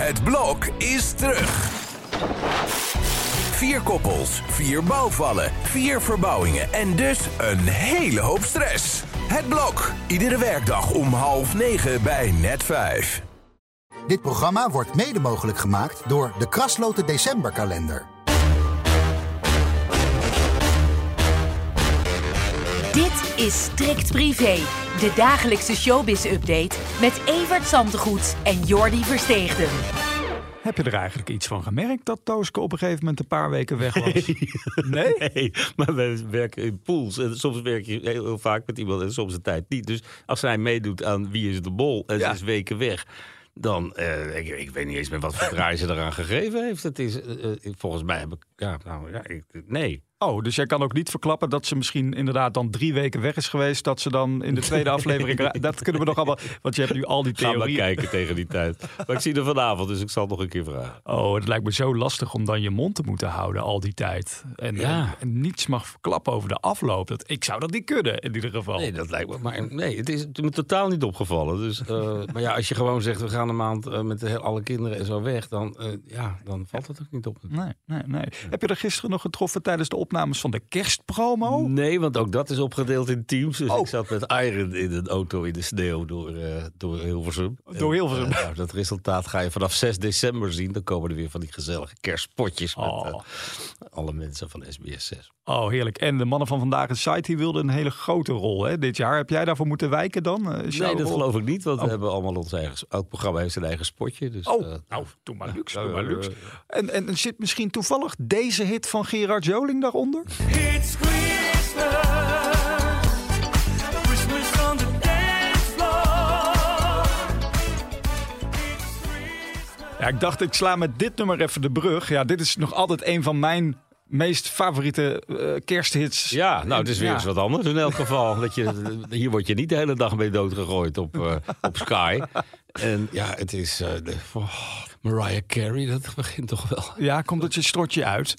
Het blok is terug. 4 koppels, 4 bouwvallen, 4 verbouwingen en dus een hele hoop stress. Het blok, iedere werkdag om 8:30 bij Net5. Dit programma wordt mede mogelijk gemaakt door de Krasloten Decemberkalender. Dit is Strikt Privé, de dagelijkse showbiz-update met Evert Zandtegoed en Jordi Versteegden. Heb je er eigenlijk iets van gemerkt dat Tooske op een gegeven moment een paar weken weg was? Nee? Nee, maar we werken in pools. En soms werk je heel vaak met iemand en soms een tijd niet. Dus als zij meedoet aan Wie is de Bol en 6 weken weg... dan, ik weet niet eens meer wat voor draai ze eraan gegeven heeft. Het is, volgens mij heb ik, nee. Oh, dus jij kan ook niet verklappen dat ze misschien inderdaad dan 3 weken weg is geweest. Dat ze dan in de tweede aflevering... Dat kunnen we nog allemaal... Want je hebt nu al die theorieën. Ga maar kijken tegen die tijd. Maar ik zie er vanavond, dus ik zal het nog een keer vragen. Oh, het lijkt me zo lastig om dan je mond te moeten houden al die tijd. En niets mag verklappen over de afloop. Ik zou dat niet kunnen, in ieder geval. Nee, dat lijkt me... Maar nee, het is me totaal niet opgevallen. Dus, maar ja, als je gewoon zegt, we gaan een maand met alle kinderen en zo weg... dan valt het ook niet op. Nee. Heb je er gisteren nog getroffen tijdens de opnames van de kerstpromo? Nee, want ook dat is opgedeeld in teams. Dus ik zat met Iron in een auto in de sneeuw door Hilversum. Door Hilversum. Dat resultaat ga je vanaf 6 december zien. Dan komen er weer van die gezellige kerstpotjes met alle mensen van SBS 6. Oh, heerlijk. En de mannen van Vandaag in Site die wilden een hele grote rol dit jaar. Heb jij daarvoor moeten wijken dan? Nee, dat geloof ik niet. Want we hebben allemaal ons eigen... Elk programma heeft zijn eigen spotje. Dus, doe maar luxe. En zit misschien toevallig deze hit van Gerard Joling daaronder? It's Christmas, Christmas on the dance floor. Ja, ik dacht, ik sla met dit nummer even de brug. Ja, dit is nog altijd een van mijn meest favoriete kersthits. Ja, nou, het is weer eens wat anders in elk geval. Hier word je niet de hele dag mee doodgegooid op Sky. En ja, het is... Mariah Carey, dat begint toch wel. Ja, komt het je strotje uit.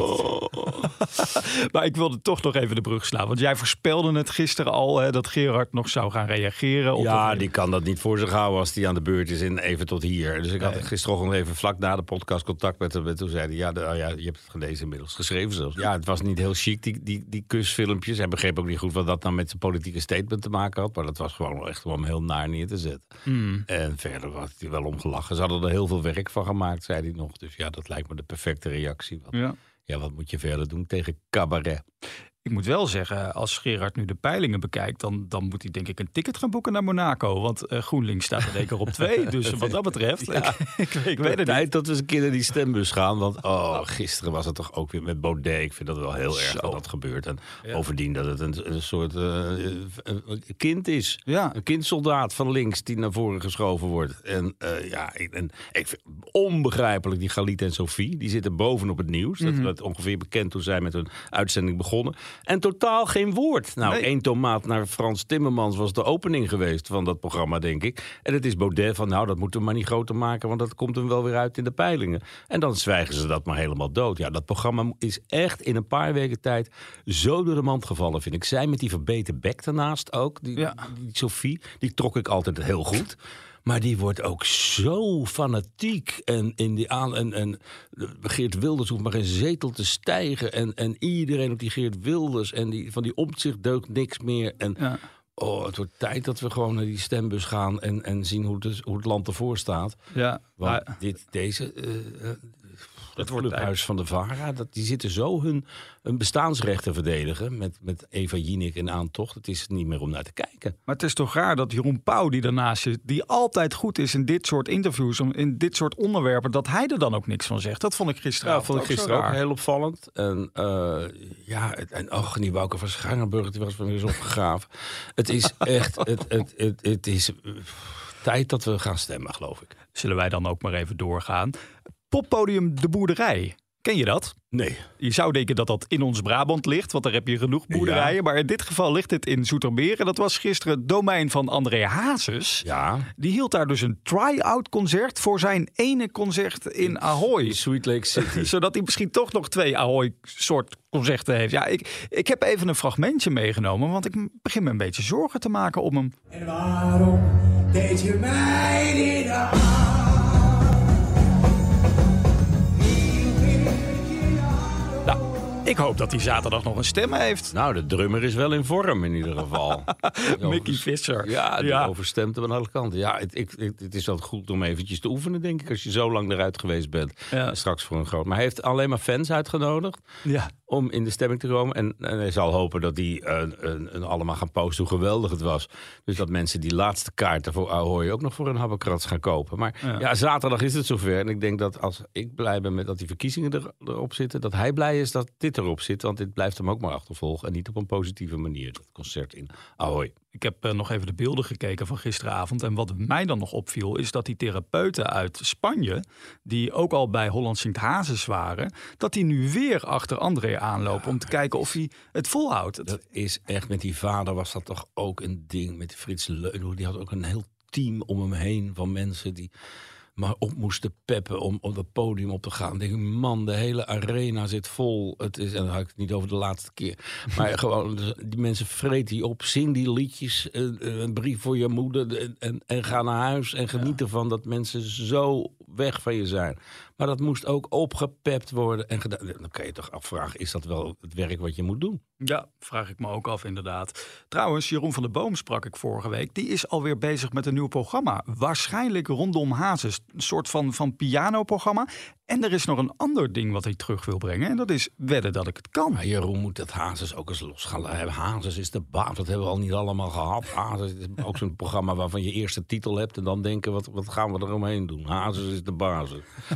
Maar ik wilde toch nog even de brug slaan. Want jij voorspelde het gisteren al dat Gerard nog zou gaan reageren. Ja, die kan dat niet voor zich houden als die aan de beurt is en even tot hier. Dus ik had gisterochtend even vlak na de podcast contact met hem. En toen zei hij, je hebt het gelezen inmiddels, geschreven zelfs. Ja, het was niet heel chic, die kusfilmpjes. Hij begreep ook niet goed wat dat nou met zijn politieke statement te maken had. Maar dat was gewoon echt om heel naar neer te zetten. En verder had hij wel om gelachen. Ze hadden er heel veel werk van gemaakt, zei hij nog. Dus ja, dat lijkt me de perfecte reactie. Want, wat moet je verder doen tegen cabaret? Ik moet wel zeggen, als Gerard nu de peilingen bekijkt... dan moet hij denk ik een ticket gaan boeken naar Monaco. Want GroenLinks staat er zeker op 2. Dus wat dat betreft, ik weet het niet. Dat we eens een keer naar die stembus gaan. Want gisteren was het toch ook weer met Baudet. Ik vind dat wel heel erg dat gebeurt. En bovendien dat het een soort kind is. Ja. Een kindsoldaat van links die naar voren geschoven wordt. En ik vind onbegrijpelijk die Galit en Sophie. Die zitten bovenop het nieuws. Dat werd ongeveer bekend toen zij met hun uitzending begonnen. En totaal geen woord. Nou, 1 tomaat naar Frans Timmermans was de opening geweest van dat programma, denk ik. En het is Baudet van, dat moeten we maar niet groter maken... want dat komt hem wel weer uit in de peilingen. En dan zwijgen ze dat maar helemaal dood. Ja, dat programma is echt in een paar weken tijd zo door de mand gevallen, vind ik. Zij met die verbeten bek daarnaast ook. Die Sophie, die trok ik altijd heel goed. Maar die wordt ook zo fanatiek. En Geert Wilders hoeft maar geen zetel te stijgen. En iedereen op die Geert Wilders. En van die Omtzigt deugt niks meer. En het wordt tijd dat we gewoon naar die stembus gaan. En zien hoe het land ervoor staat. Ja, want het clubhuis van de VARA, die zitten zo hun bestaansrechten verdedigen met Eva Jinek en aantocht. Het is niet meer om naar te kijken. Maar het is toch raar dat Jeroen Pauw die daarnaast zit, die altijd goed is in dit soort interviews, in dit soort onderwerpen, dat hij er dan ook niks van zegt. Dat vond ik gisteren ook heel opvallend. En die Wouter van Scharenburg, die was van weer eens opgegraven. Het is echt, het is tijd dat we gaan stemmen, geloof ik. Zullen wij dan ook maar even doorgaan? Poppodium De Boerderij. Ken je dat? Nee. Je zou denken dat dat in ons Brabant ligt, want daar heb je genoeg boerderijen. Ja. Maar in dit geval ligt het in Zoetermeer. En dat was gisteren het domein van André Hazes. Ja. Die hield daar dus een try-out concert voor zijn ene concert in Ahoy. Sweet Lake City. Zodat hij misschien toch nog 2 Ahoy-soort concerten heeft. Ja, ik heb even een fragmentje meegenomen, want ik begin me een beetje zorgen te maken om hem. En waarom deed je mij dit aan? Ik hoop dat hij zaterdag nog een stem heeft. Nou, de drummer is wel in vorm in ieder geval. Mickey Visser. Ja, die overstemt hem aan alle kanten. Ja, het is wel goed om eventjes te oefenen, denk ik, als je zo lang eruit geweest bent. Ja. Straks voor een groot. Maar hij heeft alleen maar fans uitgenodigd om in de stemming te komen. En hij zal hopen dat die allemaal gaan posten hoe geweldig het was. Dus dat mensen die laatste kaarten voor Ahoy ook nog voor een habbekrats gaan kopen. Maar zaterdag is het zover. En ik denk dat als ik blij ben met dat die verkiezingen erop zitten, dat hij blij is dat dit erop zit. Want dit blijft hem ook maar achtervolgen. En niet op een positieve manier, dat concert in Ahoy. Ik heb nog even de beelden gekeken van gisteravond. En wat mij dan nog opviel, is dat die therapeuten uit Spanje, die ook al bij Holland Zingt Hazes waren, dat die nu weer achter André aanlopen om te kijken of hij het volhoudt. Dat is echt, met die vader was dat toch ook een ding. Met Frits Leunhoek, die had ook een heel team om hem heen van mensen die maar op moesten peppen om op het podium op te gaan. Ik denk, man, de hele arena zit vol. En dan had ik het niet over de laatste keer. Maar gewoon, die mensen vreten die op. Zing die liedjes, een brief voor je moeder. En ga naar huis en geniet ervan dat mensen zo weg van je zijn. Maar dat moest ook opgepept worden en gedaan. Dan kan je toch afvragen, is dat wel het werk wat je moet doen? Ja, vraag ik me ook af inderdaad. Trouwens, Jeroen van der Boom sprak ik vorige week. Die is alweer bezig met een nieuw programma. Waarschijnlijk rondom Hazes. Een soort van pianoprogramma. En er is nog een ander ding wat hij terug wil brengen. En dat is wedden dat ik het kan. Maar Jeroen moet dat Hazes ook eens los gaan. Hazes is de baas. Dat hebben we al niet allemaal gehad. Hazes is ook zo'n programma waarvan je eerst de titel hebt en dan denken, wat gaan we eromheen doen? Hazes is de basis.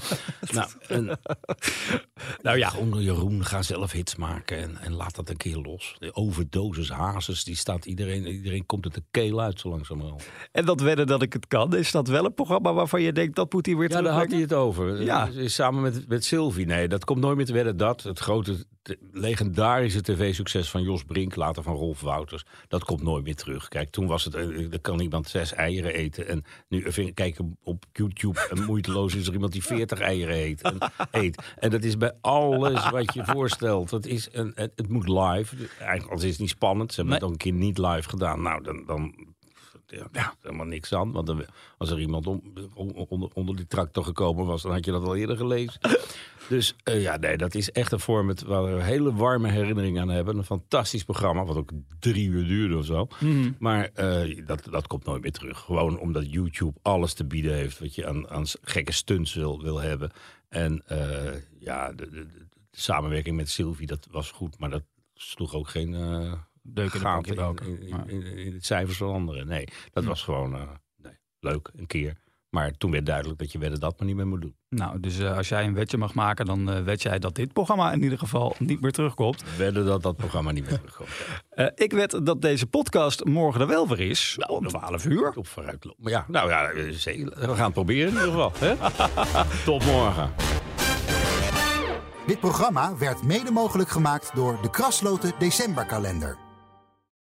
Nou ja, Jeroen, ga zelf hits maken en laat dat een keer los. De overdosis Hazes, die staat iedereen komt het de keel uit zo langzamerhand. En dat wedden dat ik het kan, is dat wel een programma waarvan je denkt, dat moet hij weer terugbrengen? Ja, daar had hij het over. Ja. Samen met Sylvie. Nee, dat komt nooit meer te wedden. Het grote, legendarische tv-succes van Jos Brink, later van Rolf Wouters, dat komt nooit meer terug. Kijk, toen was het, er kan iemand 6 eieren eten. En nu kijken op YouTube en moeiteloos is er iemand die 40 eieren eet. En dat is bij alles wat je voorstelt. Het moet live. Eigenlijk is het niet spannend. Ze hebben het ook een keer niet live gedaan. Nou, dan helemaal niks aan. Want als er iemand onder die tractor gekomen was, dan had je dat al eerder gelezen. Dus dat is echt een format waar we hele warme herinneringen aan hebben. Een fantastisch programma, wat ook 3 uur duurde of zo. Mm-hmm. Maar dat komt nooit meer terug. Gewoon omdat YouTube alles te bieden heeft wat je aan gekke stunts wil hebben. En de samenwerking met Sylvie, dat was goed. Maar dat sloeg ook geen gaten in het cijfers van anderen. Nee, dat was gewoon leuk, een keer. Maar toen werd duidelijk dat je wedden dat maar niet meer moet doen. Nou, dus als jij een wetje mag maken, dan wed jij dat dit programma in ieder geval niet meer terugkomt. Wedden dat programma niet meer terugkomt. Ik wed dat deze podcast morgen er wel weer is. Om 12 uur. Op vooruit lopen. Maar zeker. We gaan het proberen in ieder geval. Hè? Tot morgen. Dit programma werd mede mogelijk gemaakt door de Krasloten Decemberkalender.